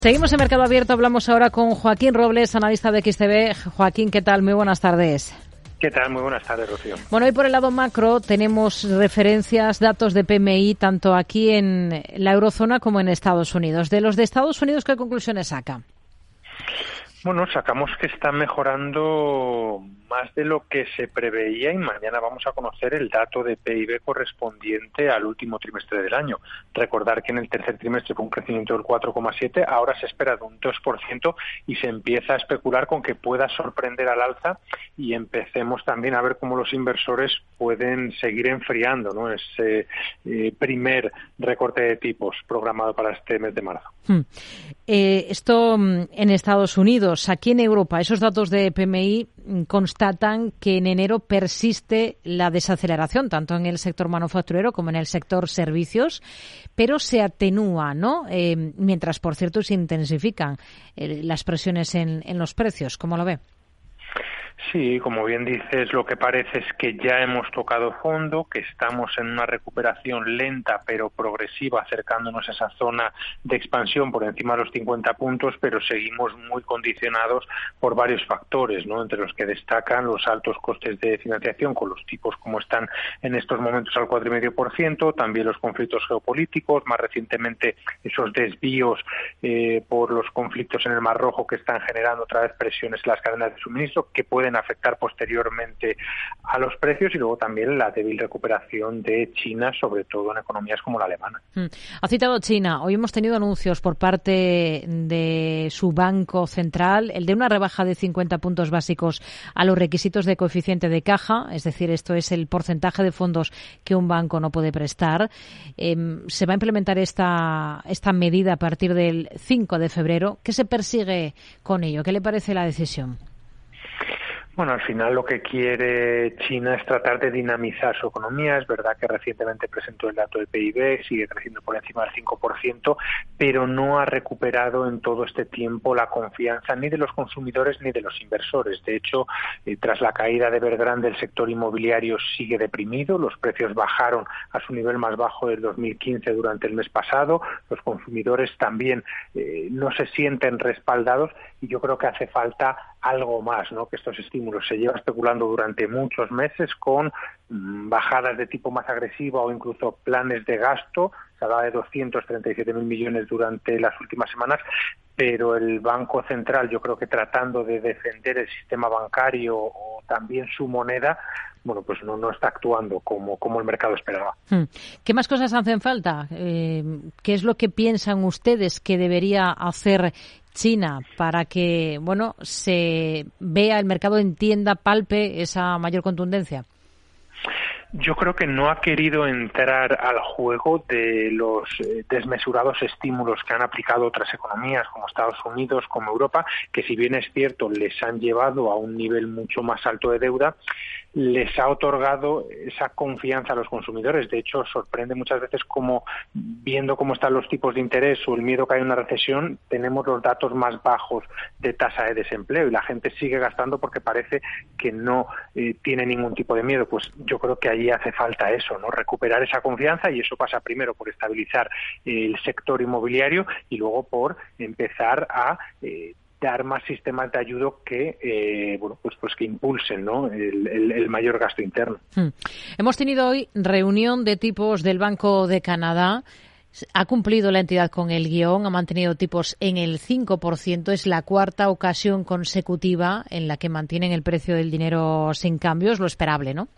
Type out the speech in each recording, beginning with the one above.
Seguimos en Mercado Abierto, hablamos ahora con Joaquín Robles, analista de XTB. Joaquín, ¿qué tal? Muy buenas tardes. ¿Qué tal? Muy buenas tardes, Rocío. Bueno, hoy por el lado macro tenemos referencias, datos de PMI, tanto aquí en la eurozona como en Estados Unidos. De los de Estados Unidos, ¿qué conclusiones saca? Bueno, sacamos que está mejorando más de lo que se preveía y mañana vamos a conocer el dato de PIB correspondiente al último trimestre del año. Recordar que en el tercer trimestre fue un crecimiento del 4,7%, ahora se espera de un 2% y se empieza a especular con que pueda sorprender al alza y empecemos también a ver cómo los inversores pueden seguir enfriando, ¿no?, ese primer recorte de tipos programado para este mes de marzo. Esto en Estados Unidos. Aquí en Europa, esos datos de PMI constatan que en enero persiste la desaceleración, tanto en el sector manufacturero como en el sector servicios, pero se atenúa, ¿no? Mientras, por cierto, se intensifican las presiones en los precios. ¿Cómo lo ve? Sí, como bien dices, lo que parece es que ya hemos tocado fondo, que estamos en una recuperación lenta pero progresiva, acercándonos a esa zona de expansión por encima de los 50 puntos, pero seguimos muy condicionados por varios factores, ¿no?, entre los que destacan los altos costes de financiación, con los tipos como están en estos momentos al 4,5%, también los conflictos geopolíticos, más recientemente esos desvíos por los conflictos en el Mar Rojo que están generando otra vez presiones en las cadenas de suministro que pueden afectar posteriormente a los precios, y luego también la débil recuperación de China, sobre todo en economías como la alemana. Ha citado China. Hoy hemos tenido anuncios por parte de su Banco Central, el de una rebaja de 50 puntos básicos a los requisitos de coeficiente de caja, es decir, esto es el porcentaje de fondos que un banco no puede prestar. Se va a implementar esta medida a partir del 5 de febrero. ¿Qué se persigue con ello? ¿Qué le parece la decisión? Bueno, al final lo que quiere China es tratar de dinamizar su economía. Es verdad que recientemente presentó el dato del PIB, sigue creciendo por encima del 5%, pero no ha recuperado en todo este tiempo la confianza ni de los consumidores ni de los inversores. De hecho, tras la caída de Evergrande, el sector inmobiliario sigue deprimido. Los precios bajaron a su nivel más bajo del 2015 durante el mes pasado. Los consumidores también no se sienten respaldados y yo creo que hace falta algo más, ¿no?, que estos estímulos. Se lleva especulando durante muchos meses con bajadas de tipo más agresiva o incluso planes de gasto. Se hablaba de 237.000 millones durante las últimas semanas, pero el Banco Central, yo creo que tratando de defender el sistema bancario o también su moneda, bueno, pues no está actuando como el mercado esperaba. ¿Qué más cosas hacen falta? ¿Qué es lo que piensan ustedes que debería hacer China para que, bueno, se vea, el mercado entienda, palpe esa mayor contundencia? Yo creo que no ha querido entrar al juego de los desmesurados estímulos que han aplicado otras economías como Estados Unidos, como Europa, que si bien es cierto les han llevado a un nivel mucho más alto de deuda, les ha otorgado esa confianza a los consumidores. De hecho, sorprende muchas veces como, viendo cómo están los tipos de interés o el miedo que hay una recesión, tenemos los datos más bajos de tasa de desempleo y la gente sigue gastando porque parece que no tiene ningún tipo de miedo. Pues yo creo que ahí hace falta eso, ¿no?, recuperar esa confianza, y eso pasa primero por estabilizar el sector inmobiliario y luego por empezar a dar más sistemas de ayuda que pues que impulsen, ¿no?, el mayor gasto interno. Hemos tenido hoy reunión de tipos del Banco de Canadá. Ha cumplido la entidad con el guión, ha mantenido tipos en el 5%. Es la cuarta ocasión consecutiva en la que mantienen el precio del dinero sin cambios, lo esperable, ¿no?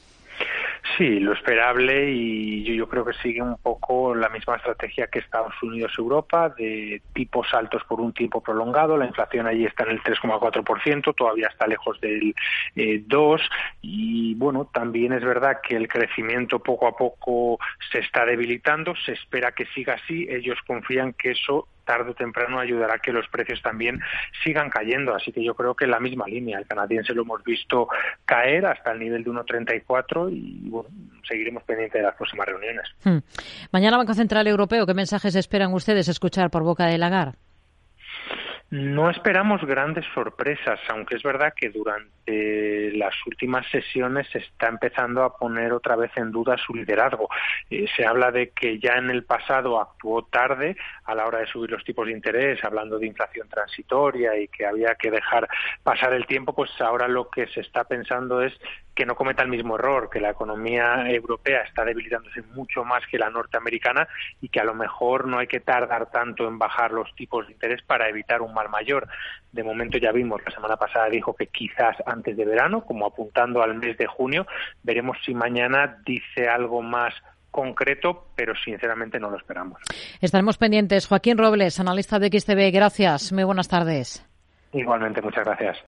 Sí, lo esperable, y yo creo que sigue un poco la misma estrategia que Estados Unidos y Europa, de tipos altos por un tiempo prolongado. La inflación allí está en el 3,4%, todavía está lejos del 2%, y bueno, también es verdad que el crecimiento poco a poco se está debilitando, se espera que siga así. Ellos confían que eso tarde o temprano ayudará a que los precios también sigan cayendo, así que yo creo que en la misma línea. El canadiense lo hemos visto caer hasta el nivel de 1,34 y bueno, seguiremos pendientes de las próximas reuniones. Mañana Banco Central Europeo, ¿qué mensajes esperan ustedes escuchar por boca de Lagarde? No esperamos grandes sorpresas, aunque es verdad que durante las últimas sesiones se está empezando a poner otra vez en duda su liderazgo. Se habla de que ya en el pasado actuó tarde a la hora de subir los tipos de interés, hablando de inflación transitoria y que había que dejar pasar el tiempo, pues ahora lo que se está pensando es que no cometa el mismo error, que la economía europea está debilitándose mucho más que la norteamericana y que a lo mejor no hay que tardar tanto en bajar los tipos de interés para evitar un mal mayor. De momento ya vimos, la semana pasada dijo que quizás antes de verano, como apuntando al mes de junio. Veremos si mañana dice algo más concreto, pero sinceramente no lo esperamos. Estaremos pendientes. Joaquín Robles, analista de XTB, gracias. Muy buenas tardes. Igualmente, muchas gracias.